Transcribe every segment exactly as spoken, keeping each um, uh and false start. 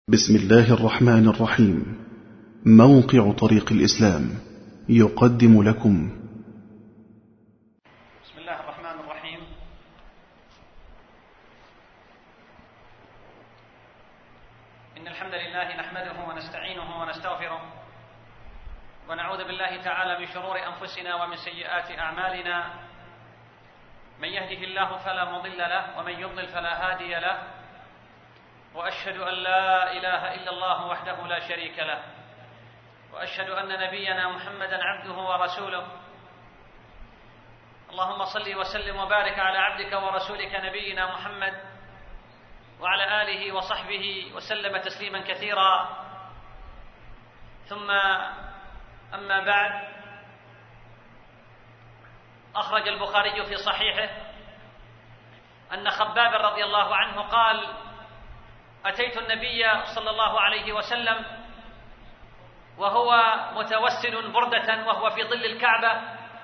بسم الله الرحمن الرحيم. موقع طريق الإسلام يقدم لكم بسم الله الرحمن الرحيم. إن الحمد لله نحمده ونستعينه ونستغفره ونعوذ بالله تعالى من شرور أنفسنا ومن سيئات أعمالنا. من يهده الله فلا مضل له ومن يضلل فلا هادي له، وأشهد أن لا إله إلا الله وحده لا شريك له، وأشهد أن نبينا محمدا عبده ورسوله. اللهم صل وسلم وبارك على عبدك ورسولك نبينا محمد وعلى آله وصحبه وسلم تسليما كثيرا. ثم أما بعد، أخرج البخاري في صحيحه أن خباب رضي الله عنه قال: أتيت النبي صلى الله عليه وسلم وهو متوسل بردة وهو في ظل الكعبة،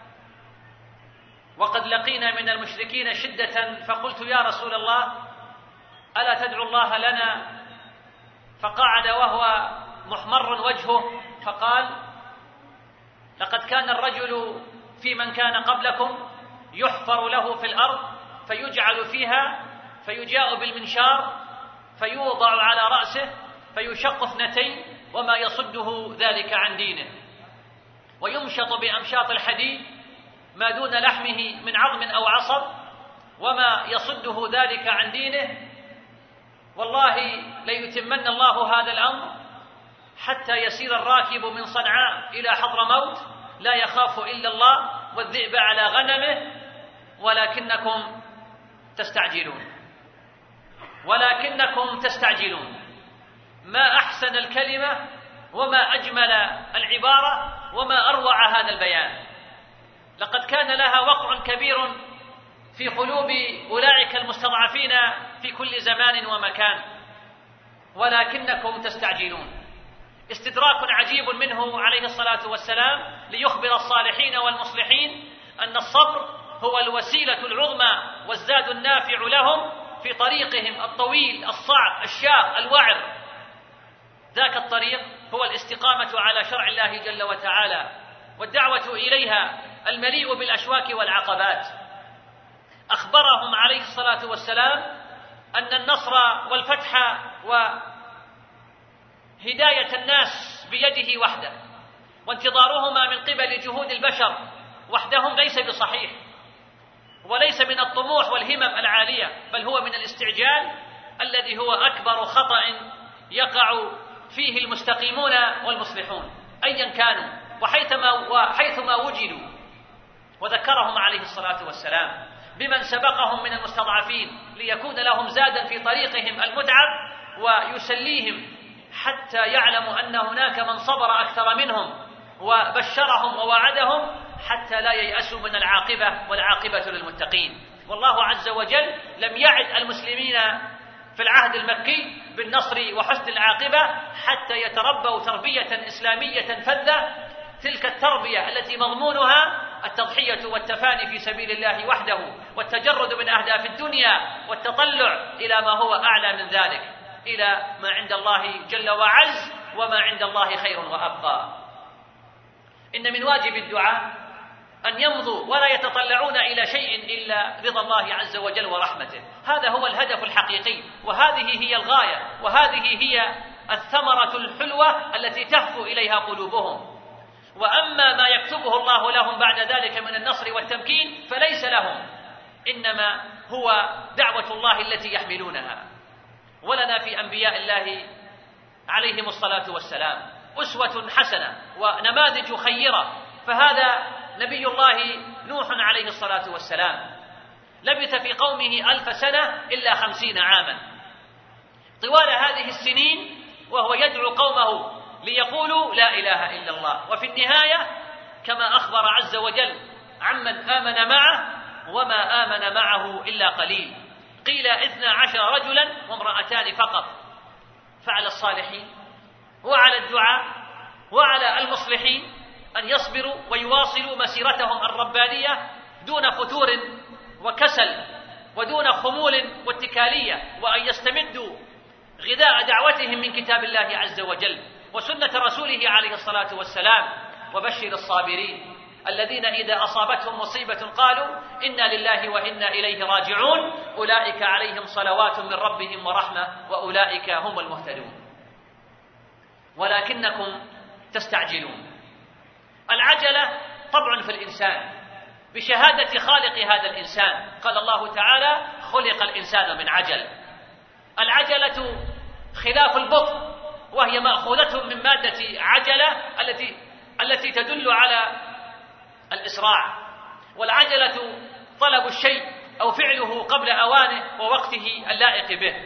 وقد لقينا من المشركين شدة، فقلت: يا رسول الله، ألا تدعو الله لنا؟ فقعد وهو محمر وجهه فقال: لقد كان الرجل في من كان قبلكم يحفر له في الأرض فيجعل فيها، فيجاء بالمنشار فيوضع على رأسه فيشق اثنتين وما يصده ذلك عن دينه، ويمشط بأمشاط الحديد ما دون لحمه من عظم أو عصب وما يصده ذلك عن دينه. والله ليتمن الله هذا الأمر حتى يسير الراكب من صنعاء إلى حضرموت لا يخاف إلا الله والذئب على غنمه، ولكنكم تستعجلون ولكنكم تستعجلون. ما أحسن الكلمة وما أجمل العبارة وما أروع هذا البيان. لقد كان لها وقع كبير في قلوب أولئك المستضعفين في كل زمان ومكان، ولكنكم تستعجلون. استدراك عجيب منه عليه الصلاة والسلام ليخبر الصالحين والمصلحين أن الصبر هو الوسيلة العظمى والزاد النافع لهم في طريقهم الطويل الصعب الشاق الوعر. ذاك الطريق هو الاستقامة على شرع الله جل وتعالى والدعوة إليها المليء بالأشواك والعقبات. أخبرهم عليه الصلاة والسلام أن النصر والفتح وهداية الناس بيده وحده، وانتظارهما من قبل جهود البشر وحدهم ليس بصحيح، وليس من الطموح والهمم العالية، بل هو من الاستعجال الذي هو أكبر خطأ يقع فيه المستقيمون والمصلحون أيا كانوا وحيثما, وحيثما وجدوا. وذكرهم عليه الصلاة والسلام بمن سبقهم من المستضعفين ليكون لهم زادا في طريقهم المتعب ويسليهم، حتى يعلموا أن هناك من صبر أكثر منهم، وبشرهم ووعدهم حتى لا ييأسوا من العاقبة، والعاقبة للمتقين. والله عز وجل لم يعد المسلمين في العهد المكي بالنصر وحسن العاقبة حتى يتربوا تربية إسلامية فذة، تلك التربية التي مضمونها التضحية والتفاني في سبيل الله وحده، والتجرد من أهداف الدنيا والتطلع إلى ما هو أعلى من ذلك، إلى ما عند الله جل وعز، وما عند الله خير وأبقى. إن من واجب الدعاء أن يمضوا ولا يتطلعون إلى شيء إلا رضا الله عز وجل ورحمته. هذا هو الهدف الحقيقي، وهذه هي الغاية، وهذه هي الثمرة الحلوة التي تهفو إليها قلوبهم. وأما ما يكتبه الله لهم بعد ذلك من النصر والتمكين فليس لهم، إنما هو دعوة الله التي يحملونها. ولنا في أنبياء الله عليهم الصلاة والسلام أسوة حسنة ونماذج خيرة. فهذا نبي الله نوح عليه الصلاة والسلام لبث في قومه ألف سنة إلا خمسين عاما. طوال هذه السنين وهو يدعو قومه ليقولوا لا إله إلا الله، وفي النهاية كما أخبر عز وجل عمن آمن معه: وما آمن معه إلا قليل، قيل اثنا عشر رجلا وامرأتان فقط. فعلى الصالحين وعلى الدعاء وعلى المصلحين أن يصبروا ويواصلوا مسيرتهم الربانية دون فتور وكسل ودون خمول واتكالية، وأن يستمدوا غذاء دعوتهم من كتاب الله عز وجل وسنة رسوله عليه الصلاة والسلام. وبشر الصابرين الذين إذا أصابتهم مصيبة قالوا إنا لله وإنا إليه راجعون أولئك عليهم صلوات من ربهم ورحمة وأولئك هم المهتدون. ولكنكم تستعجلون. العجلة طبع في الإنسان بشهادة خالق هذا الإنسان. قال الله تعالى خلق الإنسان من عجل. العجلة خلاف البطء، وهي مأخوذة من مادة عجلة التي التي تدل على الإسراع. والعجلة طلب الشيء أو فعله قبل أوانه ووقته اللائق به،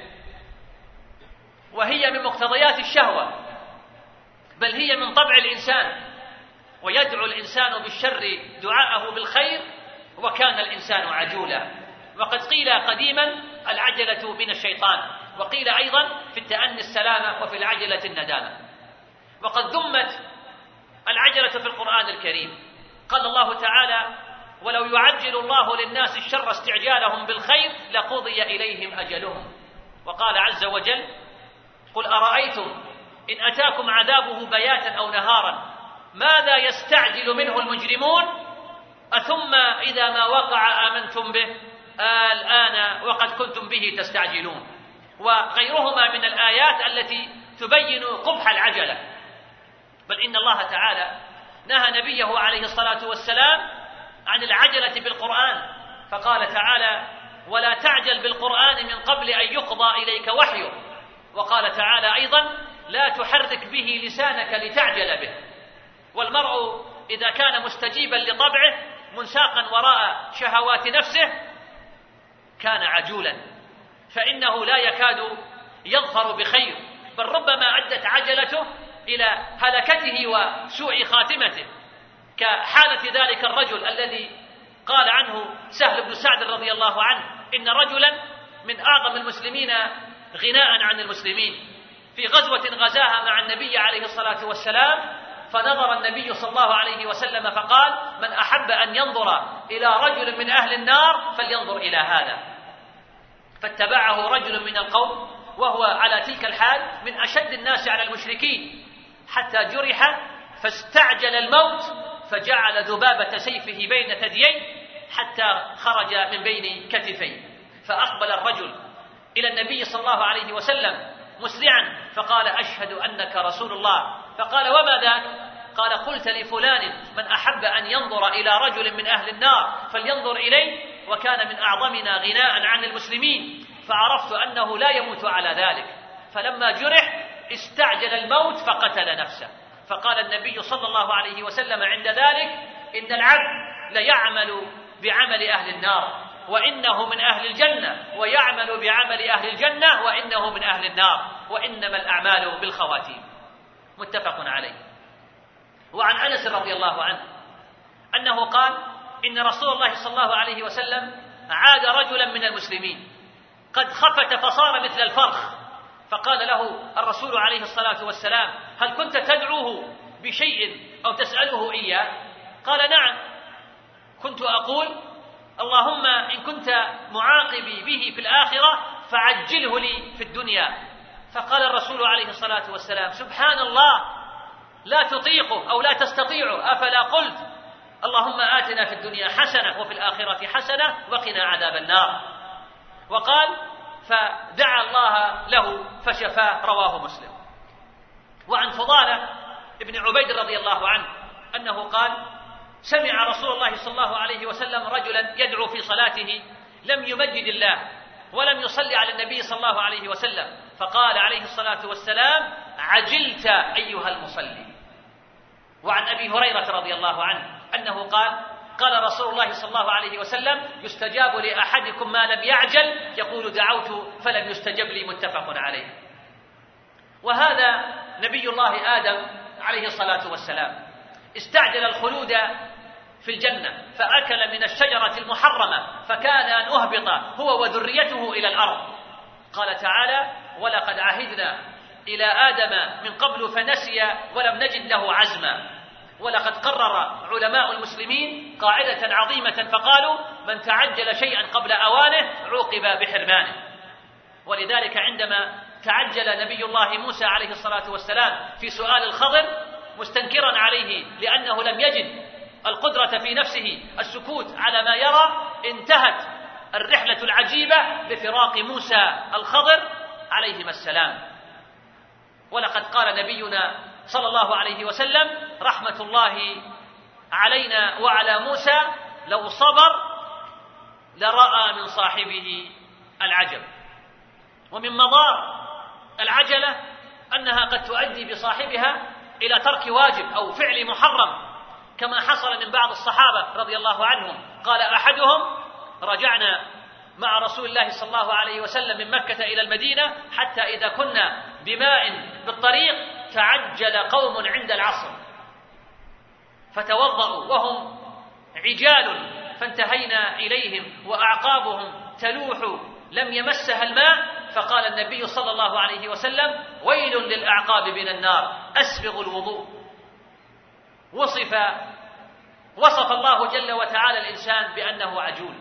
وهي من مقتضيات الشهوة، بل هي من طبع الإنسان. ويدعو الإنسان بالشر دعاءه بالخير، وكان الإنسان عجولا. وقد قيل قديما العجلة من الشيطان، وقيل أيضا في التأني السلامة وفي العجلة الندامة. وقد ذمت العجلة في القرآن الكريم. قال الله تعالى ولو يعجل الله للناس الشر استعجالهم بالخير لقضي إليهم أجلهم. وقال عز وجل قل أرأيتم إن أتاكم عذابه بياتا أو نهارا ماذا يستعجل منه المجرمون أثم إذا ما وقع آمنتم به الآن وقد كنتم به تستعجلون. وغيرهما من الآيات التي تبين قبح العجلة. بل إن الله تعالى نهى نبيه عليه الصلاة والسلام عن العجلة بالقرآن، فقال تعالى ولا تعجل بالقرآن من قبل أن يقضى إليك وحيه. وقال تعالى أيضا لا تحرك به لسانك لتعجل به. والمرء إذا كان مستجيبا لطبعه منساقا وراء شهوات نفسه كان عجولا، فإنه لا يكاد يظفر بخير، بل ربما أدت عجلته إلى هلكته وسوء خاتمته، كحالة ذلك الرجل الذي قال عنه سهل بن سعد رضي الله عنه إن رجلا من أعظم المسلمين غناء عن المسلمين في غزوة غزاها مع النبي عليه الصلاة والسلام، فنظر النبي صلى الله عليه وسلم فقال من أحب أن ينظر إلى رجل من أهل النار فلينظر إلى هذا. فاتبعه رجل من القوم وهو على تلك الحال من أشد الناس على المشركين حتى جرح فاستعجل الموت فجعل ذبابة سيفه بين ثدييه حتى خرج من بين كتفيه. فأقبل الرجل إلى النبي صلى الله عليه وسلم مسرعا فقال أشهد أنك رسول الله. فقال وما ذاك؟ قال قلت لفلان من أحب أن ينظر إلى رجل من أهل النار فلينظر إليه، وكان من أعظمنا غناء عن المسلمين، فعرفت أنه لا يموت على ذلك. فلما جرح استعجل الموت فقتل نفسه. فقال النبي صلى الله عليه وسلم عند ذلك إن العبد ليعمل بعمل أهل النار وإنه من أهل الجنة، ويعمل بعمل أهل الجنة وإنه من أهل النار، وإنما الأعمال بالخواتيم. متفق عليه. وعن أنس رضي الله عنه أنه قال إن رسول الله صلى الله عليه وسلم عاد رجلا من المسلمين قد خفت فصار مثل الفرخ، فقال له الرسول عليه الصلاة والسلام هل كنت تدعوه بشيء أو تسأله إياه؟ قال نعم، كنت أقول اللهم إن كنت معاقبي به في الآخرة فعجله لي في الدنيا. فقال الرسول عليه الصلاة والسلام سبحان الله لا تطيقه أو لا تستطيعه، أفلا قلت اللهم آتنا في الدنيا حسنة وفي الآخرة حسنة وقنا عذاب النار. وقال فدعا الله له فشفاه، رواه مسلم. وعن فضالة ابن عبيد رضي الله عنه أنه قال سمع رسول الله صلى الله عليه وسلم رجلا يدعو في صلاته لم يمجد الله ولم يصلي على النبي صلى الله عليه وسلم، فقال عليه الصلاة والسلام عجلت أيها المصلي. وعن أبي هريرة رضي الله عنه أنه قال قال رسول الله صلى الله عليه وسلم يستجاب لأحدكم ما لم يعجل، يقول دعوت فلم يستجب لي، متفق عليه. وهذا نبي الله آدم عليه الصلاة والسلام استعجل الخلود في الجنة فأكل من الشجرة المحرمة فكان أن أهبط هو وذريته إلى الأرض. قال تعالى ولقد عهدنا إلى آدم من قبل فنسي ولم نجد له عزما. ولقد قرر علماء المسلمين قاعدة عظيمة فقالوا من تعجل شيئا قبل أوانه عوقب بحرمانه. ولذلك عندما تعجل نبي الله موسى عليه الصلاة والسلام في سؤال الخضر مستنكرا عليه لأنه لم يجد القدرة في نفسه السكوت على ما يرى، انتهت الرحلة العجيبة بفراق موسى الخضر عليهما السلام. ولقد قال نبينا صلى الله عليه وسلم: رحمة الله علينا وعلى موسى لو صبر لرأى من صاحبه العجب. ومن مضار العجلة أنها قد تؤدي بصاحبها إلى ترك واجب أو فعل محرم، كما حصل من بعض الصحابة رضي الله عنهم. قال أحدهم: رجعنا مع رسول الله صلى الله عليه وسلم من مكة إلى المدينة حتى إذا كنا بماء بالطريق تعجل قوم عند العصر فتوضأوا وهم عجال، فانتهينا إليهم وأعقابهم تلوح لم يمسها الماء، فقال النبي صلى الله عليه وسلم: ويل للأعقاب من النار، أسبغ الوضوء. وصف وصف الله جل وتعالى الإنسان بأنه عجول،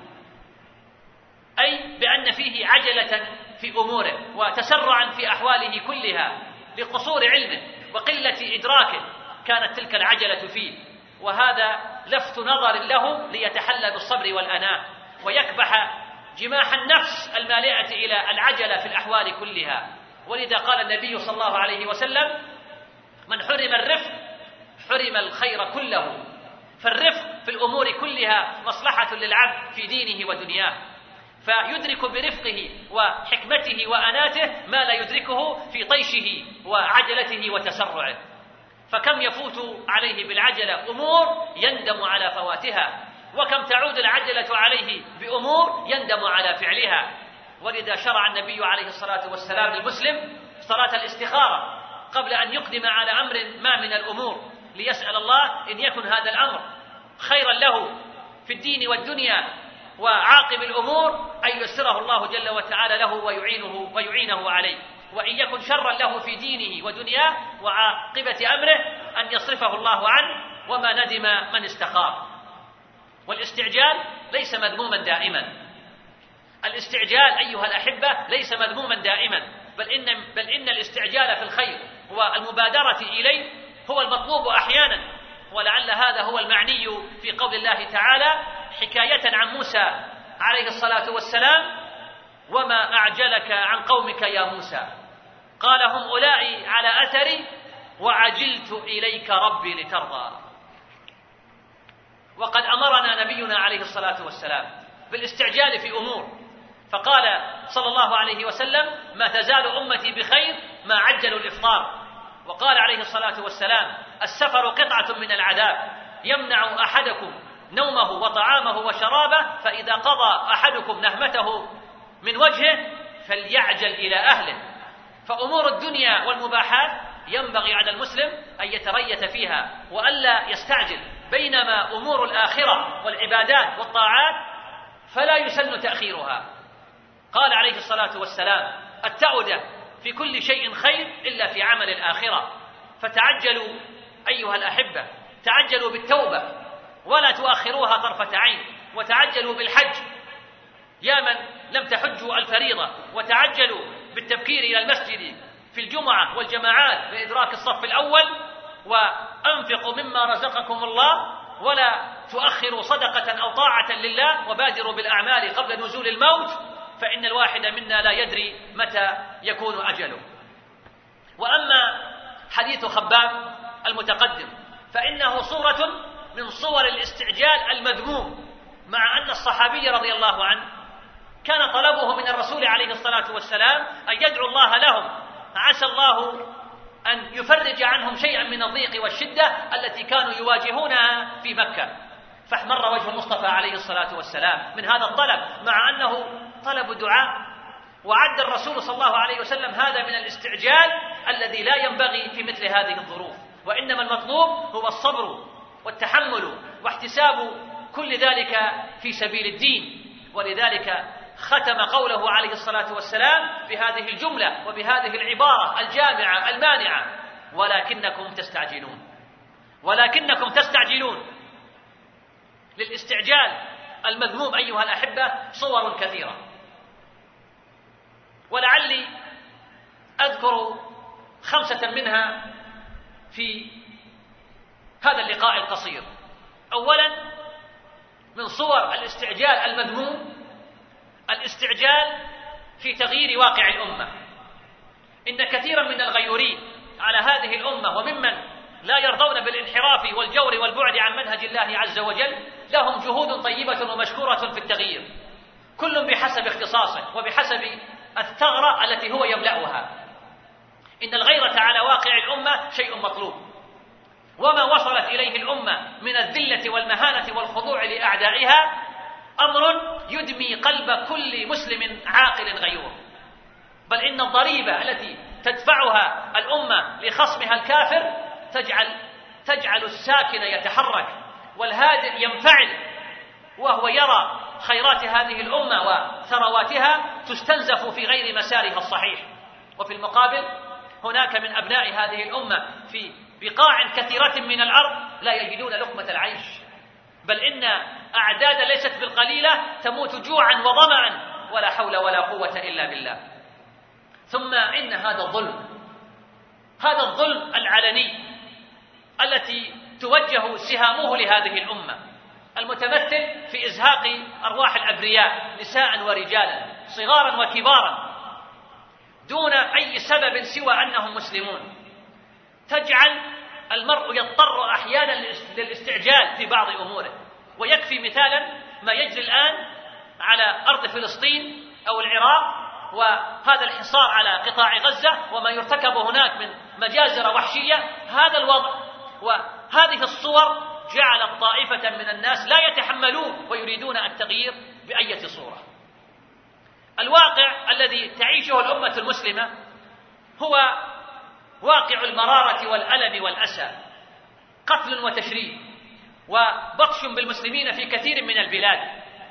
أي بأن فيه عجلة في أموره وتسرعا في أحواله كلها لقصور علمه وقلة إدراكه كانت تلك العجلة فيه، وهذا لفت نظر له ليتحلى بالصبر والأناة ويكبح جماح النفس المالئة إلى العجلة في الأحوال كلها. ولذا قال النبي صلى الله عليه وسلم: من حرم الرفق حرم الخير كله. فالرفق في الأمور كلها مصلحة للعبد في دينه ودنياه، فيدرك برفقه وحكمته وأناته ما لا يدركه في طيشه وعجلته وتسرعه. فكم يفوت عليه بالعجلة أمور يندم على فواتها، وكم تعود العجلة عليه بأمور يندم على فعلها. ولذا شرع النبي عليه الصلاة والسلام للمسلم صلاة الاستخارة قبل أن يقدم على أمر ما من الأمور، ليسأل الله إن يكن هذا الأمر خيرا له في الدين والدنيا وعاقب الأمور أن يسره الله جل وتعالى له ويعينه, ويعينه عليه، وإن يكن شرا له في دينه ودنياه وعاقبة أمره أن يصرفه الله عنه، وما ندم من استخار. والاستعجال ليس مذموما دائما، الاستعجال أيها الأحبة ليس مذموما دائما، بل إن, بل إن الاستعجال في الخير والمبادرة إليه هو المطلوب أحيانا. ولعل هذا هو المعني في قول الله تعالى حكاية عن موسى عليه الصلاة والسلام: وما أعجلك عن قومك يا موسى، قال هم أولئي على أثري وعجلت إليك ربي لترضى. وقد أمرنا نبينا عليه الصلاة والسلام بالاستعجال في أمور، فقال صلى الله عليه وسلم: ما تزال أمتي بخير ما عجلوا الإفطار. وقال عليه الصلاة والسلام: السفر قطعة من العذاب يمنع أحدكم نومه وطعامه وشرابه، فإذا قضى أحدكم نهمته من وجهه فليعجل إلى أهله. فأمور الدنيا والمباحات ينبغي على المسلم أن يتريث فيها وألا يستعجل، بينما أمور الآخرة والعبادات والطاعات فلا يسن تأخيرها. قال عليه الصلاة والسلام: التعودة في كل شيء خير إلا في عمل الآخرة. فتعجلوا أيها الأحبة، تعجلوا بالتوبة ولا تؤخروها طرفة عين، وتعجلوا بالحج يا من لم تحجوا الفريضة، وتعجلوا بالتبكير إلى المسجد في الجمعة والجماعات بإدراك الصف الأول، وأنفقوا مما رزقكم الله ولا تؤخروا صدقة أو طاعة لله، وبادروا بالأعمال قبل نزول الموت، فإن الواحد منا لا يدري متى يكون أجله. وأما حديث خباب المتقدم فإنه صورة من صور الاستعجال المذموم، مع أن الصحابي رضي الله عنه كان طلبه من الرسول عليه الصلاة والسلام أن يدعو الله لهم، عسى الله أن يفرج عنهم شيئا من الضيق والشدة التي كانوا يواجهونها في مكة. فاحمر وجه المصطفى عليه الصلاة والسلام من هذا الطلب، مع أنه طلب دعاء، وعد الرسول صلى الله عليه وسلم هذا من الاستعجال الذي لا ينبغي في مثل هذه الظروف، وإنما المطلوب هو الصبر والتحمل واحتساب كل ذلك في سبيل الدين. ولذلك ختم قوله عليه الصلاة والسلام بهذه الجملة وبهذه العبارة الجامعة المانعة: ولكنكم تستعجلون. ولكنكم تستعجلون. للاستعجال المذموم أيها الأحبة صور كثيرة، ولعلي أذكر خمسة منها في هذا اللقاء القصير. أولا، من صور الاستعجال المذموم الاستعجال في تغيير واقع الأمة. إن كثيرا من الغيورين على هذه الأمة وممن لا يرضون بالانحراف والجور والبعد عن منهج الله عز وجل لهم جهود طيبة ومشكورة في التغيير، كل بحسب اختصاصه وبحسب الثغرة التي هو يملأها. إن الغيرة على واقع الأمة شيء مطلوب، وما وصلت إليه الأمة من الذلة والمهانة والخضوع لأعدائها أمر يدمي قلب كل مسلم عاقل غيور. بل إن الضريبة التي تدفعها الأمة لخصمها الكافر تجعل تجعل الساكن يتحرك والهادئ ينفعل، وهو يرى خيرات هذه الأمة وثرواتها تستنزف في غير مسارها الصحيح. وفي المقابل هناك من أبناء هذه الأمة في بقاع كثيرة من الأرض لا يجدون لقمة العيش، بل إن أعداد ليست بالقليلة تموت جوعا وظمعا ولا حول ولا قوة إلا بالله. ثم إن هذا الظلم هذا الظلم العلني التي توجه سهامه لهذه الأمة المتمثل في إزهاق أرواح الأبرياء نساء ورجالا صغارا وكبارا دون أي سبب سوى أنهم مسلمون، تجعل المرء يضطر أحيانا للاستعجال في بعض أموره. ويكفي مثالا ما يجري الآن على أرض فلسطين أو العراق، وهذا الحصار على قطاع غزة وما يرتكب هناك من مجازر وحشية. هذا الوضع وهذه الصور جعلت طائفة من الناس لا يتحملون ويريدون التغيير بأية صورة. الواقع الذي تعيشه الأمة المسلمة هو واقع المرارة والألم والأسى، قتل وتشريد وبطش بالمسلمين في كثير من البلاد،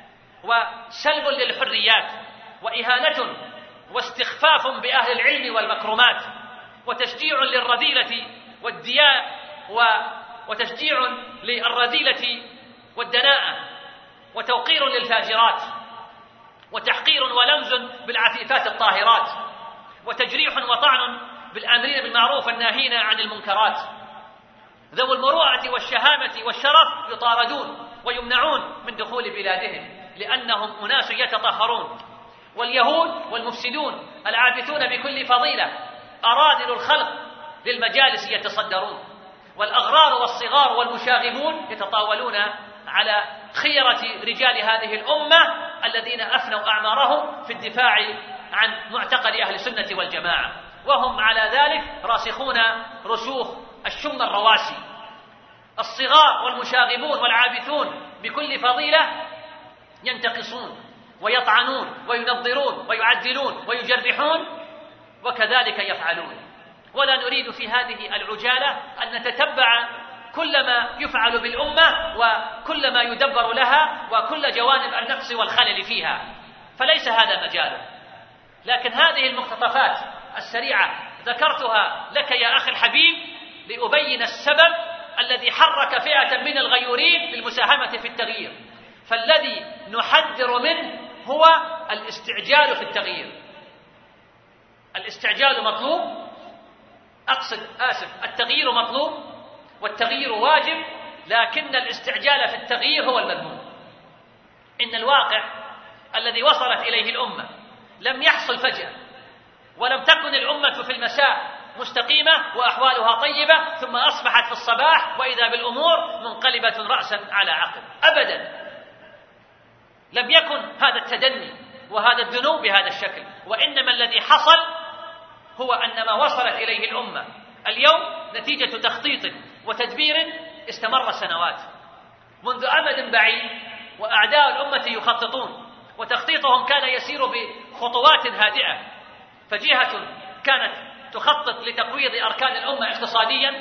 وسلب للحريات، وإهانة واستخفاف بأهل العلم والمكرمات، وتشجيع للرذيلة والدياء وتشجيع للرذيلة والدناءة، وتوقير للفاجرات، وتحقير ولمز بالعفيفات الطاهرات، وتجريح وطعن بالآمرين بالمعروف والناهين عن المنكرات. ذوو المروءة والشهامة والشرف يطاردون ويمنعون من دخول بلادهم لأنهم أناس يتطهرون. واليهود والمفسدون العابثون بكل فضيلة أراذل الخلق للمجالس يتصدرون، والأغرار والصغار والمشاغبون يتطاولون على خيرة رجال هذه الأمة الذين أفنوا أعمارهم في الدفاع عن معتقد أهل السنة والجماعة، وهم على ذلك راسخون رسوخ الشم الرواسي. الصغار والمشاغبون والعابثون بكل فضيلة ينتقصون ويطعنون وينظرون ويعدلون ويجرحون، وكذلك يفعلون. ولا نريد في هذه العجالة أن نتتبع كل ما يفعل بالأمة وكل ما يدبر لها وكل جوانب النقص والخلل فيها، فليس هذا مجاله. لكن هذه المقتطفات السريعة ذكرتها لك يا أخي الحبيب لأبين السبب الذي حرك فئة من الغيورين للمساهمة في التغيير. فالذي نحذر منه هو الاستعجال في التغيير. الاستعجال مطلوب، أقصد آسف التغيير مطلوب والتغيير واجب، لكن الاستعجال في التغيير هو المذموم. إن الواقع الذي وصلت إليه الأمة لم يحصل فجأة، ولم تكن الأمة في المساء مستقيمة وأحوالها طيبة ثم أصبحت في الصباح وإذا بالأمور منقلبة رأسا على عقب، أبدا. لم يكن هذا التدني وهذا الدنو بهذا الشكل، وإنما الذي حصل هو أن ما وصلت إليه الأمة اليوم نتيجة تخطيط وتدبير استمر سنوات منذ أمد بعيد، وأعداء الأمة يخططون، وتخطيطهم كان يسير بخطوات هادئة. فجهة كانت تخطط لتقويض أركان الأمة اقتصاديا،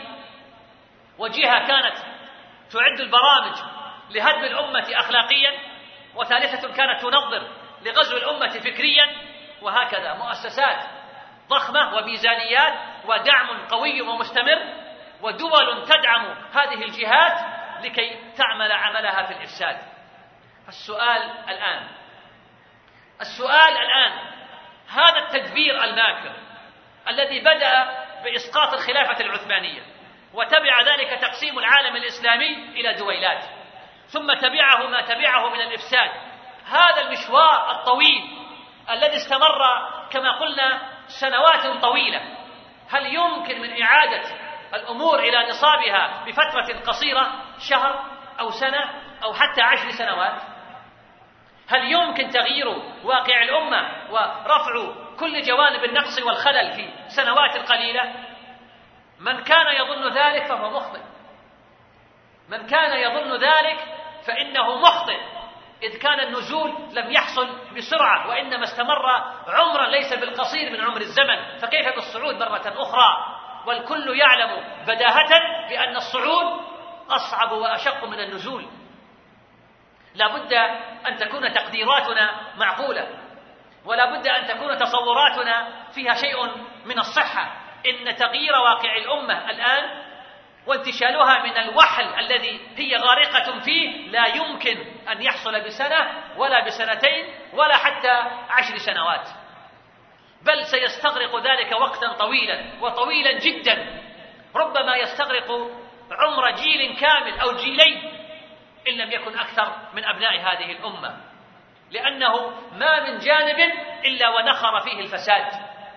وجهة كانت تعد البرامج لهدم الأمة أخلاقيا، وثالثة كانت تنظر لغزو الأمة فكريا، وهكذا مؤسسات ضخمة وميزانيات ودعم قوي ومستمر، ودول تدعم هذه الجهات لكي تعمل عملها في الإفساد. السؤال الآن السؤال الآن هذا التدبير الماكر الذي بدأ بإسقاط الخلافة العثمانية، وتبع ذلك تقسيم العالم الإسلامي إلى دويلات، ثم تبعه ما تبعه من الإفساد. هذا المشوار الطويل الذي استمر كما قلنا سنوات طويلة، هل يمكن من إعادة الأمور إلى نصابها بفترة قصيرة، شهر أو سنة أو حتى عشر سنوات؟ هل يمكن تغيير واقع الأمة ورفع كل جوانب النقص والخلل في سنوات قليلة؟ من كان يظن ذلك فهو مخطئ، من كان يظن ذلك فإنه مخطئ، إذ كان النزول لم يحصل بسرعة، وإنما استمر عمرا ليس بالقصير من عمر الزمن، فكيف بالصعود مرة أخرى؟ والكل يعلم بداهة بأن الصعود أصعب وأشق من النزول. لا بد أن تكون تقديراتنا معقولة، ولا بد أن تكون تصوراتنا فيها شيء من الصحة. إن تغيير واقع الأمة الآن وانتشالها من الوحل الذي هي غارقة فيه لا يمكن أن يحصل بسنة ولا بسنتين ولا حتى عشر سنوات، بل سيستغرق ذلك وقتا طويلا وطويلا جدا، ربما يستغرق عمر جيل كامل أو جيلين إن لم يكن أكثر من أبناء هذه الأمة، لأنه ما من جانب إلا ونخر فيه الفساد.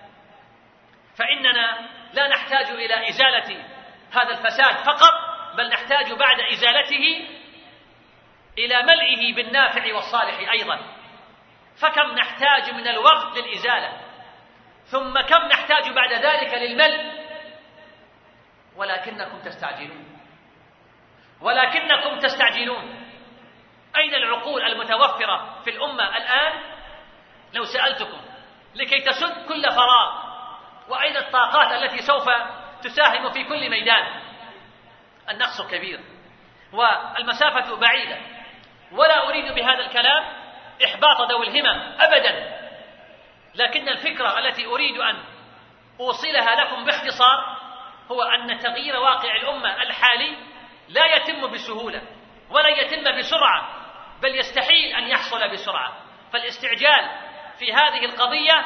فإننا لا نحتاج إلى إزالة هذا الفساد فقط، بل نحتاج بعد إزالته إلى ملئه بالنافع والصالح أيضا. فكم نحتاج من الوقت للإزالة، ثم كم نحتاج بعد ذلك للملء، ولكنكم تستعجلون ولكنكم تستعجلون. أين العقول المتوفرة في الأمة الآن لو سألتكم لكي تسد كل فراغ؟ وأين الطاقات التي سوف تساهم في كل ميدان؟ النقص كبير والمسافة بعيدة. ولا أريد بهذا الكلام إحباط ذوي الهمم أبدا، لكن الفكرة التي أريد أن أوصلها لكم باختصار هو أن تغيير واقع الأمة الحالي لا يتم بسهولة ولا يتم بسرعة، بل يستحيل أن يحصل بسرعة. فالاستعجال في هذه القضية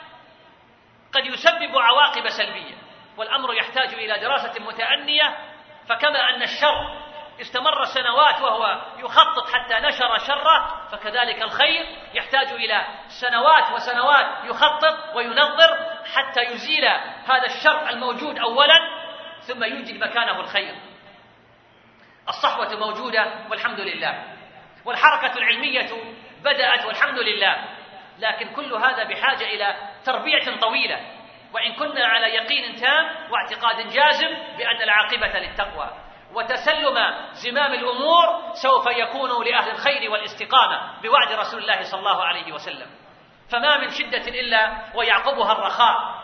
قد يسبب عواقب سلبية، والأمر يحتاج إلى دراسة متأنية. فكما أن الشر استمر سنوات وهو يخطط حتى نشر شره، فكذلك الخير يحتاج إلى سنوات وسنوات يخطط وينظر حتى يزيل هذا الشر الموجود أولا، ثم يوجد مكانه الخير. الصحوة موجودة والحمد لله، والحركة العلمية بدأت والحمد لله، لكن كل هذا بحاجة إلى تربية طويلة، وإن كنا على يقين تام واعتقاد جازم بأن العاقبة للتقوى، وتسلم زمام الأمور سوف يكون لأهل الخير والاستقامة بوعد رسول الله صلى الله عليه وسلم. فما من شدة إلا ويعقبها الرخاء،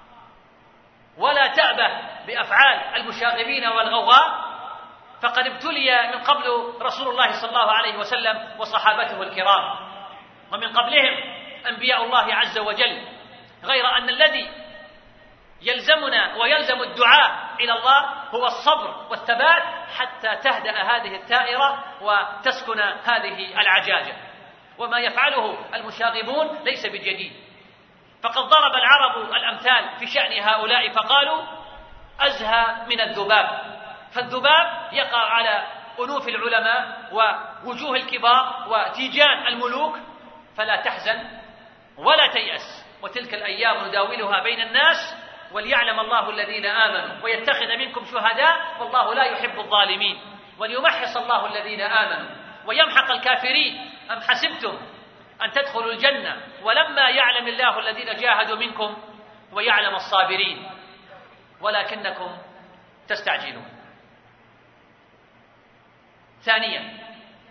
ولا تأبه بأفعال المشاغبين والغواء، فقد ابتلي من قبل رسول الله صلى الله عليه وسلم وصحابته الكرام، ومن قبلهم أنبياء الله عز وجل، غير أن الذي يلزمنا ويلزم الدعاء إلى الله هو الصبر والثبات حتى تهدأ هذه الثائرة وتسكن هذه العجاجة. وما يفعله المشاغبون ليس بجديد، فقد ضرب العرب الأمثال في شأن هؤلاء فقالوا أزهى من الذباب. فالذباب يقع على أنوف العلماء ووجوه الكبار وتيجان الملوك، فلا تحزن ولا تيأس، وتلك الأيام نداولها بين الناس، وليعلم الله الذين آمنوا ويتخذ منكم شهداء والله لا يحب الظالمين، وليمحص الله الذين آمنوا ويمحق الكافرين. أم حسبتم أن تدخلوا الجنة ولما يعلم الله الذين جاهدوا منكم ويعلم الصابرين ولكنكم تستعجلون. ثانيا،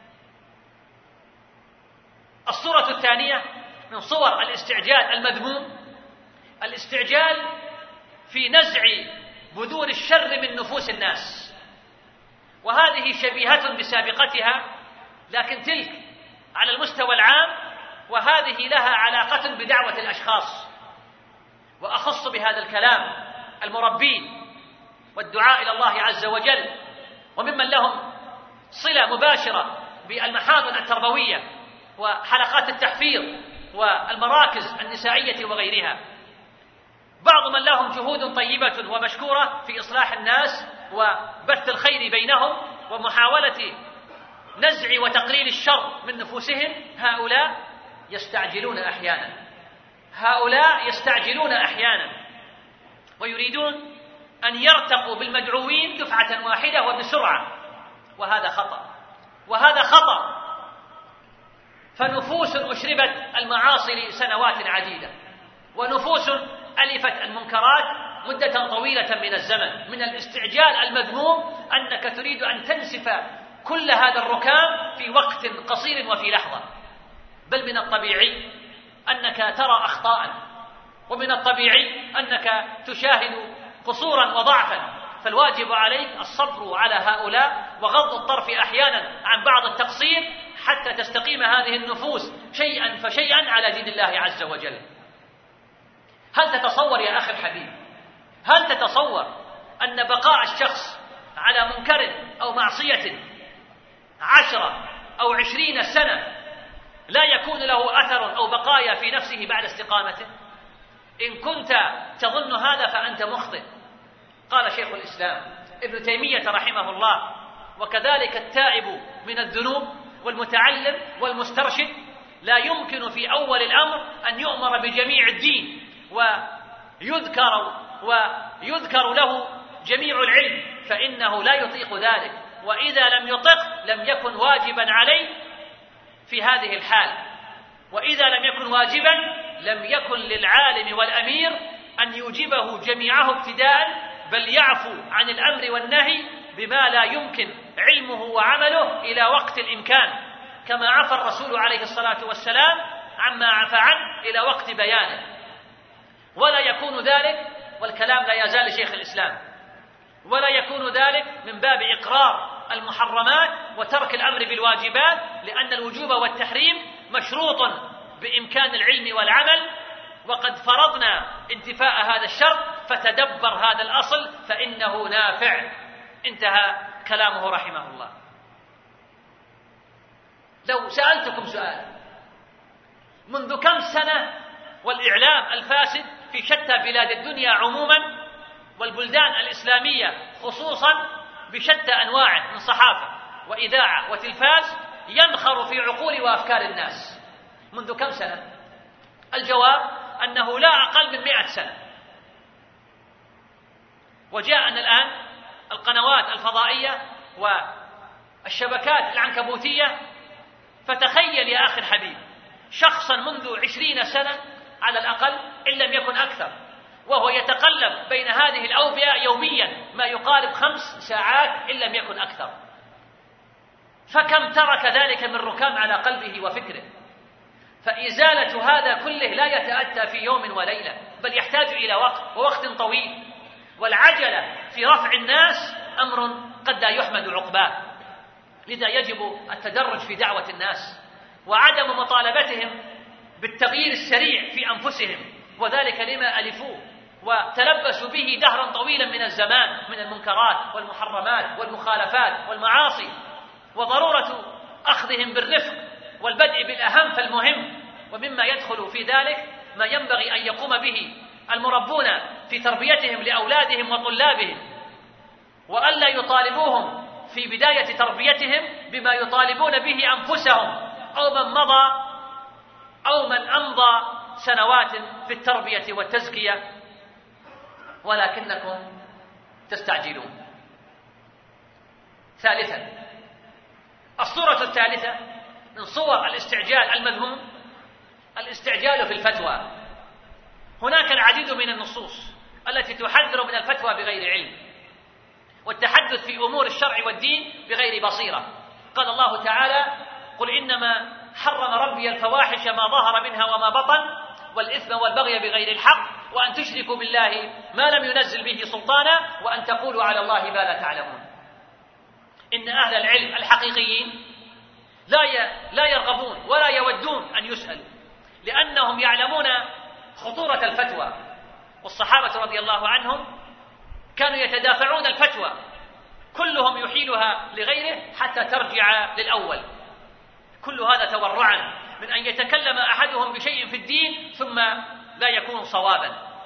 الصورة الثانية من صور الاستعجال المذموم الاستعجال في نزع بذور الشر من نفوس الناس، وهذه شبيهة بسابقتها، لكن تلك على المستوى العام، وهذه لها علاقة بدعوة الأشخاص. وأخص بهذا الكلام المربين والدعاء إلى الله عز وجل، وممن لهم صلة مباشرة بالمحاضن التربوية وحلقات التحفيظ والمراكز النسائية وغيرها. بعض من لهم جهود طيبة ومشكورة في إصلاح الناس وبث الخير بينهم ومحاولة نزع وتقليل الشر من نفوسهم، هؤلاء يستعجلون أحيانا هؤلاء يستعجلون أحيانا ويريدون أن يرتقوا بالمدعوين دفعة واحدة وبسرعة، وهذا خطأ وهذا خطأ. فنفوس أشربت المعاصي لسنوات عديدة، ونفوس ألفت المنكرات مدة طويلة من الزمن. من الاستعجال المذموم أنك تريد أن تنسف كل هذا الركام في وقت قصير وفي لحظة، بل من الطبيعي أنك ترى أخطاء، ومن الطبيعي أنك تشاهد قصورا وضعفا، فالواجب عليك الصبر على هؤلاء وغض الطرف أحيانا عن بعض التقصير حتى تستقيم هذه النفوس شيئا فشيئا على دين الله عز وجل. هل تتصور يا أخي الحبيب، هل تتصور أن بقاء الشخص على منكر أو معصية عشرة أو عشرين سنة لا يكون له أثر أو بقايا في نفسه بعد استقامته؟ إن كنت تظن هذا فأنت مخطئ. قال شيخ الإسلام ابن تيمية رحمه الله: وكذلك التائب من الذنوب والمتعلم والمسترشد لا يمكن في أول الأمر أن يؤمر بجميع الدين ويذكر ويذكر له جميع العلم، فإنه لا يطيق ذلك، وإذا لم يطق لم يكن واجبا عليه في هذه الحال، وإذا لم يكن واجبا لم يكن للعالم والأمير أن يوجبه جميعه ابتداء، بل يعفو عن الأمر والنهي بما لا يمكن علمه وعمله إلى وقت الإمكان، كما عفى الرسول عليه الصلاة والسلام عما عفى عنه إلى وقت بيانه. ولا يكون ذلك، والكلام لا يزال شيخ الإسلام، ولا يكون ذلك من باب إقرار المحرمات وترك الأمر بالواجبات، لأن الوجوب والتحريم مشروط بإمكان العلم والعمل، وقد فرضنا انتفاء هذا الشرط، فتدبر هذا الأصل فإنه نافع. انتهى كلامه رحمه الله. لو سألتكم سؤال: منذ كم سنة والإعلام الفاسد في شتى بلاد الدنيا عموما والبلدان الإسلامية خصوصا بشتى أنواعه من صحافة وإذاعة وتلفاز ينخر في عقول وأفكار الناس؟ منذ كم سنة؟ الجواب أنه لا أقل من مئة سنة. وجاءنا الآن القنوات الفضائية والشبكات العنكبوتية، فتخيل يا أخي الحبيب شخصا منذ عشرين سنة على الأقل إن لم يكن أكثر، وهو يتقلب بين هذه الأوبئة يوميا ما يقارب خمس ساعات إن لم يكن أكثر، فكم ترك ذلك من ركام على قلبه وفكره. فإزالة هذا كله لا يتأتى في يوم وليلة، بل يحتاج إلى وقت ووقت طويل، والعجلة في رفع الناس أمر قد لا يحمد عقباه. لذا يجب التدرج في دعوة الناس وعدم مطالبتهم بالتغيير السريع في أنفسهم، وذلك لما ألفوه وتلبسوا به دهرا طويلا من الزمان من المنكرات والمحرمات والمخالفات والمعاصي، وضرورة أخذهم بالرفق والبدء بالأهم فالمهم. ومما يدخل في ذلك ما ينبغي أن يقوم به المربون في تربيتهم لأولادهم وطلابهم، وألا يطالبوهم في بداية تربيتهم بما يطالبون به أنفسهم أو من مضى أو من أمضى سنوات في التربية والتزكية، ولكنكم تستعجلون. ثالثا، الصورة الثالثة من صور الاستعجال المذموم الاستعجال في الفتوى. هناك العديد من النصوص التي تحذر من الفتوى بغير علم والتحدث في أمور الشرع والدين بغير بصيرة. قال الله تعالى: قل إنما حرم ربي الفواحش ما ظهر منها وما بطن والإثم والبغي بغير الحق وأن تشركوا بالله ما لم ينزل به سلطانا وأن تقولوا على الله ما لا تعلمون. إن أهل العلم الحقيقيين لا لا يرغبون ولا يودون أن يسألوا، لأنهم يعلمون خطورة الفتوى، والصحابة رضي الله عنهم كانوا يتدافعون الفتوى، كلهم يحيلها لغيره حتى ترجع للأول. كل هذا تورعا من أن يتكلم أحدهم بشيء في الدين ثم لا يكون صوابا.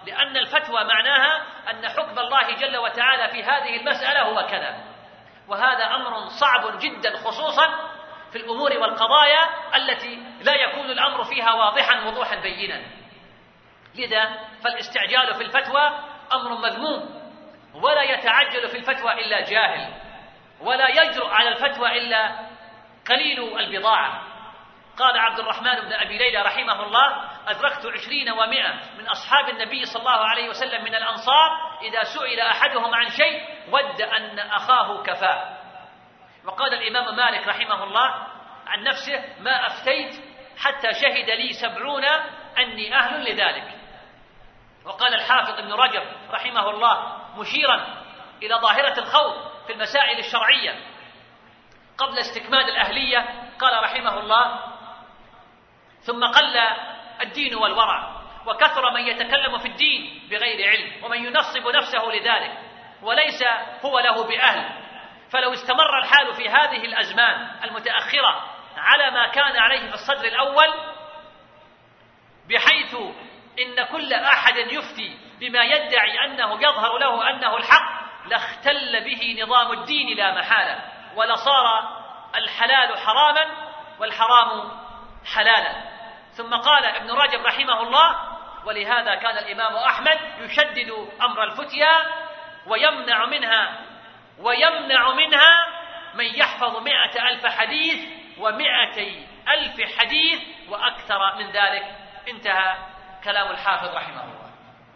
لأن الفتوى معناها أن حكم الله جل وتعالى في هذه المسألة هو كذا، وهذا أمر صعب جدا خصوصا في الأمور والقضايا التي لا يكون الأمر فيها واضحا وضوحا بينا. لذا فالاستعجال في الفتوى أمر مذموم، ولا يتعجل في الفتوى إلا جاهل، ولا يجرؤ على الفتوى إلا قليل البضاعة. قال عبد الرحمن بن أبي ليلى رحمه الله: أدركت عشرين ومائة من أصحاب النبي صلى الله عليه وسلم من الأنصار إذا سئل أحدهم عن شيء ود أن أخاه كفاه. وقال الإمام مالك رحمه الله عن نفسه: ما أفتيت حتى شهد لي سبعون أني أهل لذلك. وقال الحافظ ابن رجب رحمه الله مشيرا إلى ظاهرة الخوض في المسائل الشرعية قبل استكمال الأهلية، قال رحمه الله: ثم قل الدين والورع، وكثر من يتكلم في الدين بغير علم، ومن ينصب نفسه لذلك وليس هو له بأهل. فلو استمر الحال في هذه الأزمان المتأخرة على ما كان عليه في الصدر الأول، بحيث إن كل أحد يفتي بما يدعي أنه يظهر له أنه الحق، لاختل به نظام الدين لا محالة، ولصار الحلال حراما والحرام حلالا. ثم قال ابن رجب رحمه الله: ولهذا كان الإمام أحمد يشدد أمر الفتيا ويمنع منها ويمنع منها من يحفظ مئة ألف حديث ومئتي ألف حديث وأكثر من ذلك. انتهى كلام الحافظ رحمه الله.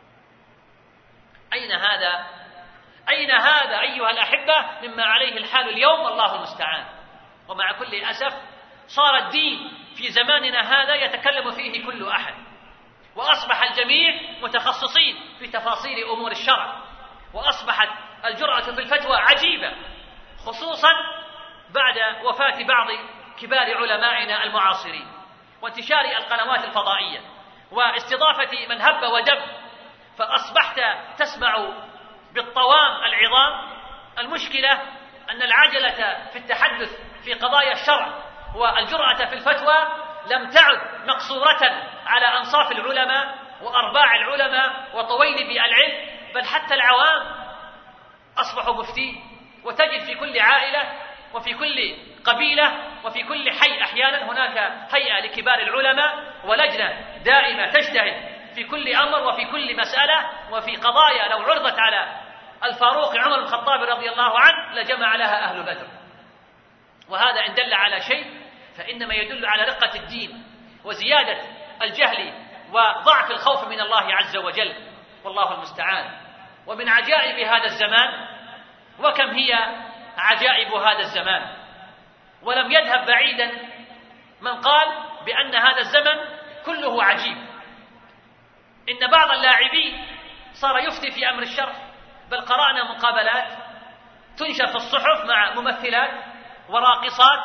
أين هذا؟ أين هذا أيها الأحبة مما عليه الحال اليوم؟ والله المستعان. ومع كل أسف صار الدين في زماننا هذا يتكلم فيه كل أحد، وأصبح الجميع متخصصين في تفاصيل أمور الشرع، وأصبحت الجرأة في الفتوى عجيبة، خصوصا بعد وفاة بعض كبار علمائنا المعاصرين، وانتشار القنوات الفضائية، واستضافة من هب ودب، فأصبحت تسمع بالطوام العظام. المشكلة أن العجلة في التحدث في قضايا الشرع والجرأة في الفتوى لم تعد مقصورة على أنصاف العلماء وأرباع العلماء وطويلبي العلم، بل حتى العوام أصبحوا مفتين. وتجد في كل عائلة وفي كل قبيلة وفي كل حي أحيانا هناك هيئة لكبار العلماء ولجنة دائمة تجتهد في كل أمر وفي كل مسألة وفي قضايا لو عرضت على الفاروق عمر بن الخطاب رضي الله عنه لجمع لها أهل بدر. وهذا إن دل على شيء فإنما يدل على رقة الدين وزيادة الجهل وضعف الخوف من الله عز وجل، والله المستعان. ومن عجائب هذا الزمان، وكم هي عجائب هذا الزمان، ولم يذهب بعيدا من قال بأن هذا الزمن كله عجيب. إن بعض اللاعبين صار يفتي في أمر الشرع، بل قرأنا مقابلات تنشر في الصحف مع ممثلات وراقصات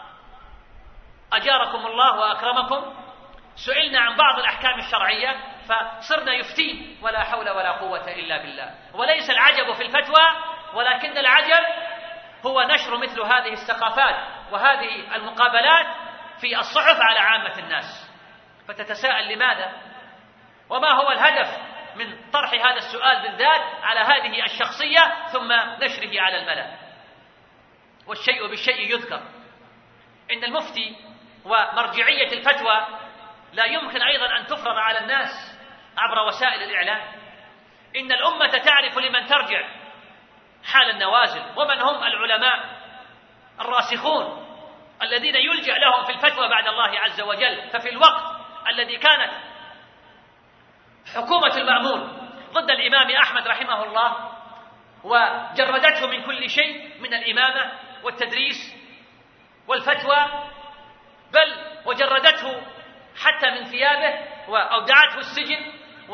أجاركم الله وأكرمكم، سئلنا عن بعض الأحكام الشرعية فصرنا يفتين، ولا حول ولا قوة إلا بالله. وليس العجب في الفتوى، ولكن العجب هو نشر مثل هذه الثقافات وهذه المقابلات في الصحف على عامة الناس. فتتساءل لماذا؟ وما هو الهدف من طرح هذا السؤال بالذات على هذه الشخصية ثم نشره على الملأ؟ والشيء بالشيء يذكر. إن المفتي ومرجعية الفتوى لا يمكن أيضا أن تفرض على الناس عبر وسائل الإعلام. إن الأمة تعرف لمن ترجع حال النوازل، ومن هم العلماء الراسخون الذين يلجأ لهم في الفتوى بعد الله عز وجل. ففي الوقت الذي كانت حكومة المأمون ضد الإمام أحمد رحمه الله وجردته من كل شيء من الإمامة والتدريس والفتوى، بل وجردته حتى من ثيابه وأودعته السجن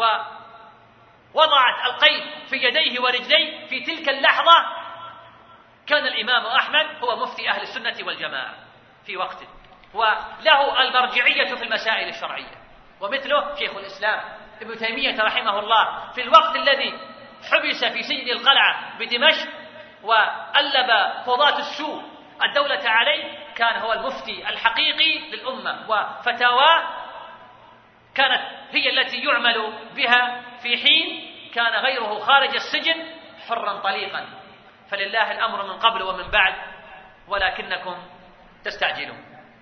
ووضعت القيد في يديه ورجليه، في تلك اللحظة كان الإمام أحمد هو مفتي أهل السنة والجماعة في وقته، وله المرجعية في المسائل الشرعية. ومثله شيخ الإسلام ابن تيمية رحمه الله في الوقت الذي حبس في سجن القلعة بدمشق وألب قضاة السوء الدولة عليه، كان هو المفتي الحقيقي للأمة، وفتاواه كانت هي التي يعمل بها في حين كان غيره خارج السجن حرا طليقا. فلله الأمر من قبل ومن بعد ولكنكم تستعجلون.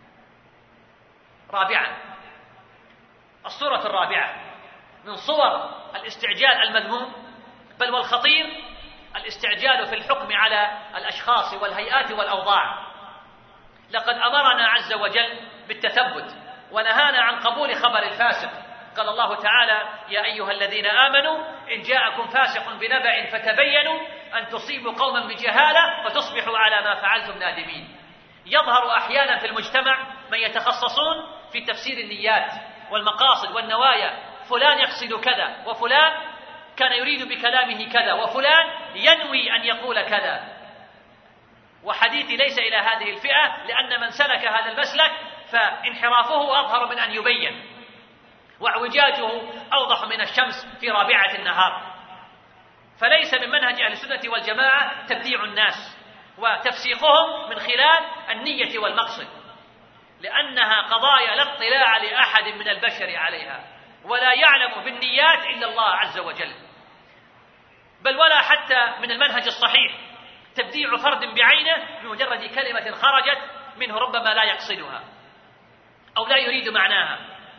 رابعا، الصورة الرابعة من صور الاستعجال المذموم بل والخطير الاستعجال في الحكم على الأشخاص والهيئات والأوضاع. لقد أمرنا عز وجل بالتثبت ونهانا عن قبول خبر الفاسق. قال الله تعالى: يا أيها الذين آمنوا إن جاءكم فاسق بنبأ فتبينوا أن تصيبوا قوما بجهالة فتصبحوا على ما فعلتم نادمين. يظهر أحيانا في المجتمع من يتخصصون في تفسير النيات والمقاصد والنوايا، فلان يقصد كذا وفلان كان يريد بكلامه كذا وفلان ينوي أن يقول كذا. وحديثي ليس إلى هذه الفئة، لأن من سلك هذا المسلك فانحرافه أظهر من أن يبين، واعوجاجه أوضح من الشمس في رابعة النهار. فليس من منهج أهل السنة والجماعة تبديع الناس وتفسيقهم من خلال النية والمقصد، لأنها قضايا لا اطلاع لأحد من البشر عليها، ولا يعلم بالنيات إلا الله عز وجل. بل ولا حتى من المنهج الصحيح تبديع فرد بعينه بمجرد كلمة خرجت منه ربما لا يقصدها أو لا يريد معناها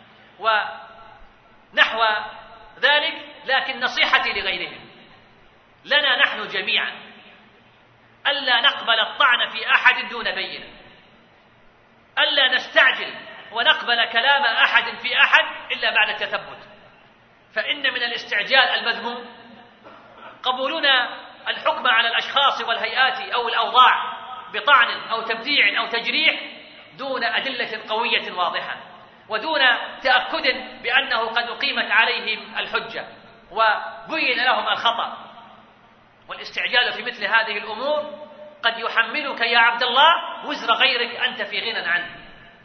ونحو ذلك. لكن نصيحتي لغيرهم، لنا نحن جميعا ألا نقبل الطعن في أحد دون بينة، ألا نستعجل ونقبل كلام أحد في أحد إلا بعد التثبت. فإن من الاستعجال المذموم قبولنا الحكم على الأشخاص والهيئات أو الأوضاع بطعن أو تبديع أو تجريح دون أدلة قوية واضحة ودون تأكد بأنه قد أقيمت عليهم الحجة وبين لهم الخطأ. والاستعجال في مثل هذه الأمور قد يحملك يا عبد الله وزر غيرك أنت في غنى عنه،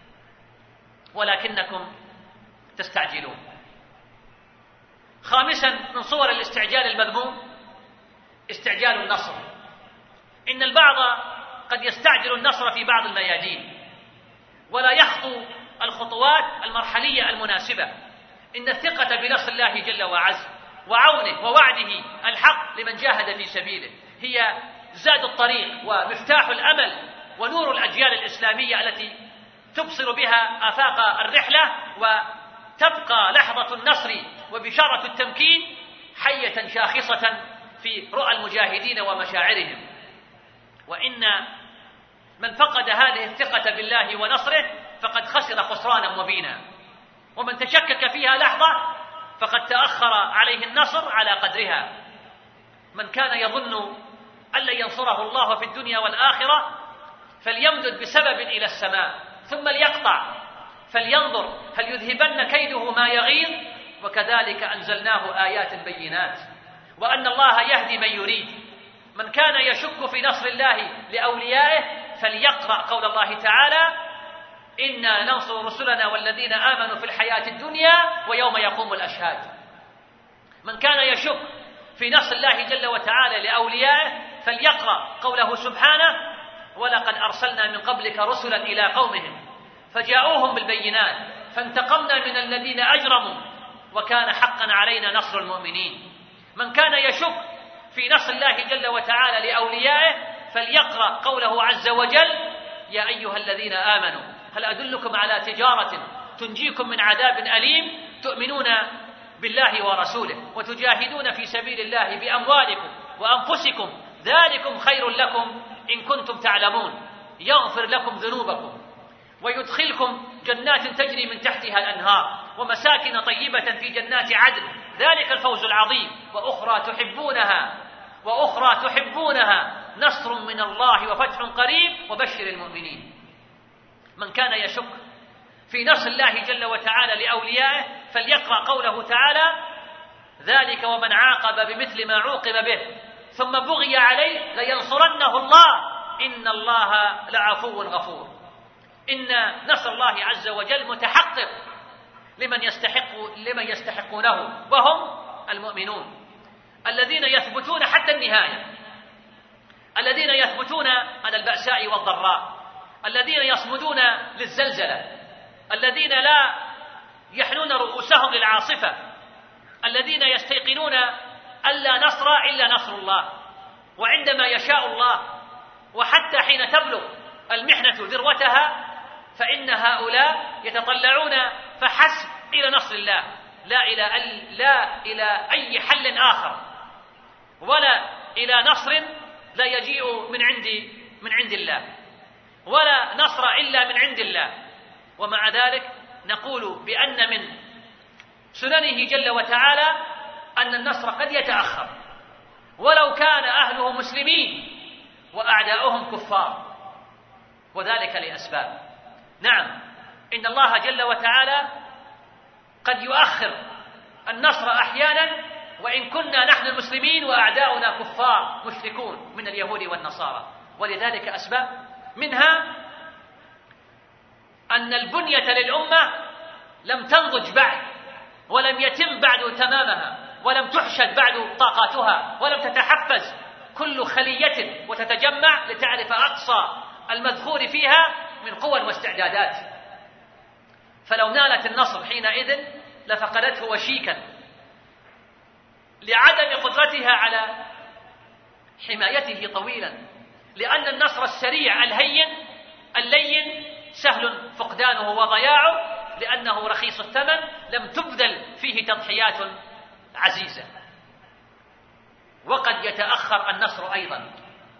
ولكنكم تستعجلون. خامسا من صور الاستعجال المذموم استعجال النصر. إن البعض قد يستعجل النصر في بعض الميادين ولا يخطو الخطوات المرحلية المناسبة. إن الثقة بنصر الله جل وعز وعونه ووعده الحق لمن جاهد في سبيله هي زاد الطريق ومفتاح الأمل ونور الأجيال الإسلامية التي تبصر بها آفاق الرحلة، وتبقى لحظة النصر وبشارة التمكين حية شاخصة في رؤى المجاهدين ومشاعرهم. وإن من فقد هذه الثقة بالله ونصره فقد خسر خسرانا مبينا، ومن تشكك فيها لحظة فقد تأخر عليه النصر على قدرها. من كان يظن أن لن ينصره الله في الدنيا والآخرة فليمدد بسبب إلى السماء ثم ليقطع فلينظر هل يذهبن كيده ما يغيظ، وكذلك أنزلناه آيات بينات وأن الله يهدي من يريد. من كان يشك في نصر الله لأوليائه فليقرأ قول الله تعالى: إنا ننصر رسلنا والذين آمنوا في الحياة الدنيا ويوم يقوم الأشهاد. من كان يشك في نصر الله جل وتعالى لأوليائه فليقرأ قوله سبحانه: ولقد أرسلنا من قبلك رسلا إلى قومهم فجاءوهم بالبينات فانتقمنا من الذين أجرموا وكان حقا علينا نصر المؤمنين. من كان يشك في نصر الله جل وتعالى لأوليائه فليقرأ قوله عز وجل: يا أيها الذين آمنوا هل أدلكم على تجارة تنجيكم من عذاب أليم تؤمنون بالله ورسوله وتجاهدون في سبيل الله بأموالكم وأنفسكم ذلكم خير لكم إن كنتم تعلمون يغفر لكم ذنوبكم ويدخلكم جنات تجري من تحتها الأنهار ومساكن طيبة في جنات عدن ذلك الفوز العظيم وأخرى تحبونها وأخرى تحبونها نصر من الله وفتح قريب وبشر المؤمنين. من كان يشك في نصر الله جل وتعالى لأوليائه فليقرأ قوله تعالى: ذلك ومن عاقب بمثل ما عوقب به ثم بغي عليه لينصرنه الله إن الله لعفو غفور. إن نصر الله عز وجل متحقق لمن يستحق لمن يستحقونه وهم المؤمنون الذين يثبتون حتى النهاية، الذين يثبتون على البأساء والضراء، الذين يصمدون للزلزلة، الذين لا يحنون رؤوسهم للعاصفة، الذين يستيقنون ألا نصر إلا نصر الله، وعندما يشاء الله وحتى حين تبلغ المحنة ذروتها فإن هؤلاء يتطلعون فحسب إلى نصر الله، لا إلى, لا إلى أي حل آخر، ولا إلى نصر لا يجيء من عند من عند الله، ولا نصر إلا من عند الله. ومع ذلك نقول بأن من سننه جل وتعالى أن النصر قد يتأخر ولو كان أهله مسلمين وأعداؤهم كفار، وذلك لأسباب. نعم، إن الله جل وتعالى قد يؤخر النصر أحيانا وإن كنا نحن المسلمين وأعداؤنا كفار مشركون من اليهود والنصارى، ولذلك أسباب، منها أن البنية للأمة لم تنضج بعد، ولم يتم بعد تمامها، ولم تحشد بعد طاقاتها، ولم تتحفز كل خلية وتتجمع لتعرف أقصى المذخور فيها من قوى واستعدادات. فلو نالت النصر حينئذ لفقدته وشيكا لعدم قدرتها على حمايته طويلا، لأن النصر السريع الهين اللين سهل فقدانه وضياعه، لأنه رخيص الثمن، لم تبذل فيه تضحيات عزيزة. وقد يتأخر النصر أيضا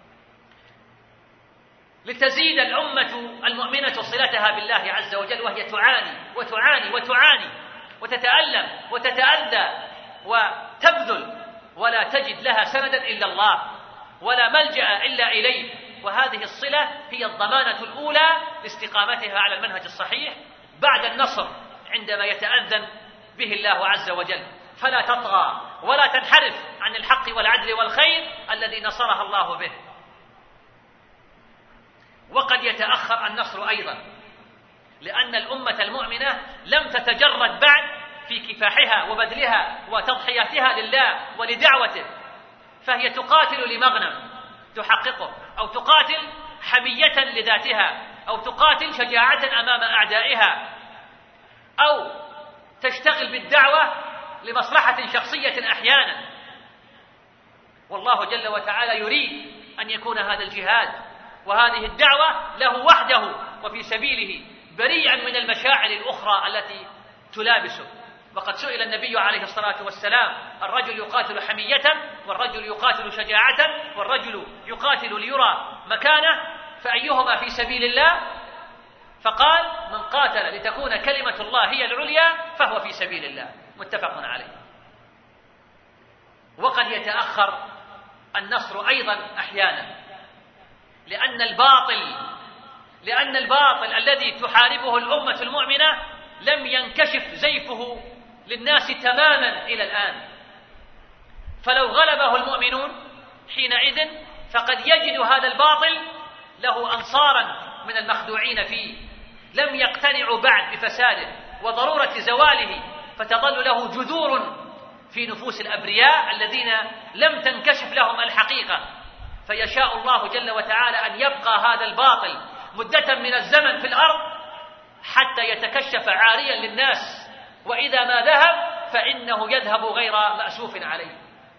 لتزيد الأمة المؤمنة صلتها بالله عز وجل، وهي تعاني وتعاني وتعاني وتتألم وتتأذى وتبذل، ولا تجد لها سندا إلا الله، ولا ملجأ إلا إليه. وهذه الصلة هي الضمانة الأولى لاستقامتها على المنهج الصحيح بعد النصر، عندما يتأذن به الله عز وجل، فلا تطغى ولا تنحرف عن الحق والعدل والخير الذي نصرها الله به. وقد يتأخر النصر أيضا لأن الأمة المؤمنة لم تتجرد بعد في كفاحها وبذلها وتضحياتها لله ولدعوته، فهي تقاتل لمغنم تحققه، أو تقاتل حمية لذاتها، أو تقاتل شجاعة أمام أعدائها، أو تشتغل بالدعوة لمصلحة شخصية أحيانا. والله جل وتعالى يريد أن يكون هذا الجهاد وهذه الدعوة له وحده وفي سبيله، بريئا من المشاعر الأخرى التي تلابسه. وقد سئل النبي عليه الصلاة والسلام: الرجل يقاتل حمية، والرجل يقاتل شجاعة، والرجل يقاتل ليرى مكانه، فأيهما في سبيل الله؟ فقال: من قاتل لتكون كلمة الله هي العليا فهو في سبيل الله. متفق عليه. وقد يتأخر النصر أيضا أحيانا لأن الباطل لأن الباطل الذي تحاربه الأمة المؤمنة لم ينكشف زيفه للناس تماما إلى الآن، فلو غلبه المؤمنون حينئذ فقد يجد هذا الباطل له أنصارا من المخدوعين فيه، لم يقتنعوا بعد بفساده وضرورة زواله، فتظل له جذور في نفوس الأبرياء الذين لم تنكشف لهم الحقيقة، فيشاء الله جل وتعالى أن يبقى هذا الباطل مدة من الزمن في الأرض حتى يتكشف عاريا للناس، وإذا ما ذهب فإنه يذهب غير مأسوف عليه.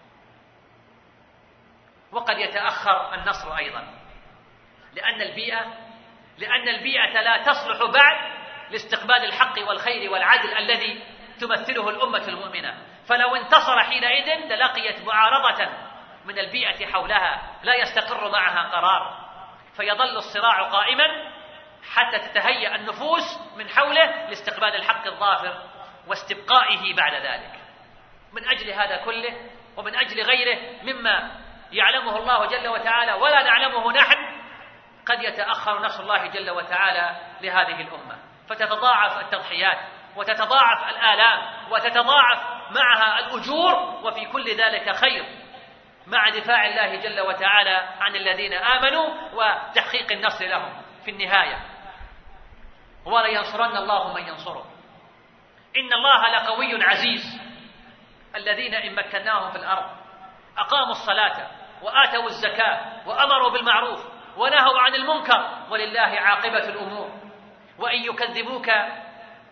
وقد يتأخر النصر أيضا لأن البيئة لأن البيئة لا تصلح بعد لاستقبال الحق والخير والعدل الذي تمثله الأمة المؤمنة، فلو انتصر حينئذ للقيت معارضة من البيئة حولها لا يستقر معها قرار، فيظل الصراع قائما حتى تتهيأ النفوس من حوله لاستقبال الحق الظاهر واستبقائه بعد ذلك. من أجل هذا كله ومن أجل غيره مما يعلمه الله جل وتعالى ولا نعلمه نحن، قد يتأخر نصر الله جل وتعالى لهذه الأمة، فتتضاعف التضحيات وتتضاعف الآلام وتتضاعف معها الأجور، وفي كل ذلك خير مع دفاع الله جل وتعالى عن الذين آمنوا وتحقيق النصر لهم في النهاية. ولينصرن الله من ينصره، إن الله لقوي عزيز. الذين إن مكناهم في الأرض أقاموا الصلاة وآتوا الزكاة وأمروا بالمعروف ونهوا عن المنكر ولله عاقبة الأمور. وإن يكذبوك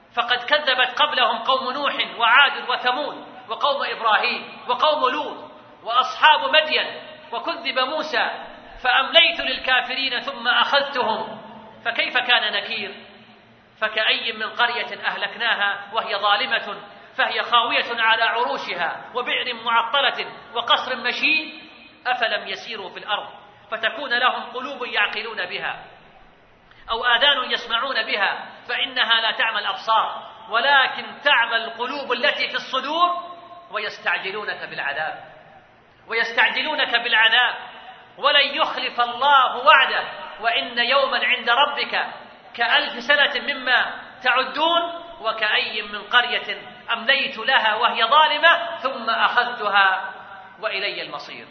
فقد كذبت قبلهم قوم نوح وعاد وثمود وقوم إبراهيم وقوم لوط وأصحاب مدين، وكذب موسى فأمليت للكافرين ثم أخذتهم فكيف كان نكير. فكأي من قرية أهلكناها وهي ظالمة فهي خاوية على عروشها وبئر معطلة وقصر مشيد أفلم يسيروا في الأرض فتكون لهم قلوب يعقلون بها أو آذان يسمعون بها فإنها لا تعمى الأبصار ولكن تعمى القلوب التي في الصدور ويستعجلونك بالعذاب ويستعجلونك بالعذاب ولن يخلف الله وعده وإن يوما عند ربك كألف سنة مما تعدون وكأي من قرية أمليت لها وهي ظالمة ثم أخذتها وإلي المصير.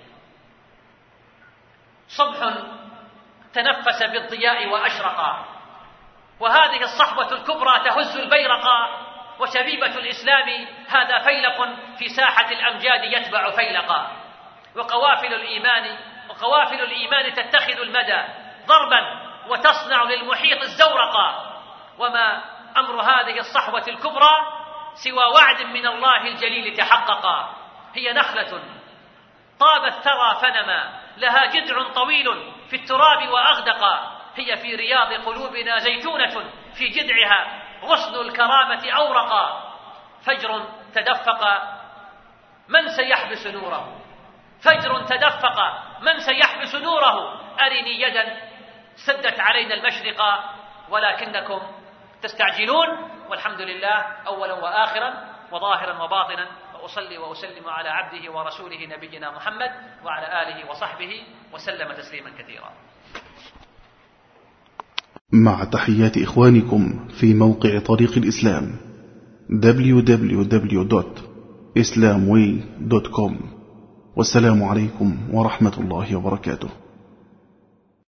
صبح تنفس بالضياء وأشرقا، وهذه الصحبة الكبرى تهز البيرقا، وشبيبة الإسلام هذا فيلق في ساحة الأمجاد يتبع فيلقا، وقوافل الإيمان وقوافل الإيمان تتخذ المدى ضربا وتصنع للمحيط الزورقا. وما أمر هذه الصحبة الكبرى سوى وعد من الله الجليل تحققا. هي نخلة طاب الثرى فنما لها جذع طويل في التراب وأغدقا، هي في رياض قلوبنا زيتونة في جذعها غصن الكرامة أورقا. فجر تدفق من سيحبس نوره، فجر تدفق من سيحبس نوره. أرني يدا سدت علينا المشرق ولكنكم تستعجلون. والحمد لله أولا وآخرا وظاهرا وباطنا، وأصلي وأسلم على عبده ورسوله نبينا محمد وعلى آله وصحبه وسلم تسليما كثيرا. مع تحيات إخوانكم في موقع طريق الإسلام دبليو دبليو دبليو دوت إسلام واي دوت كوم، والسلام عليكم ورحمة الله وبركاته.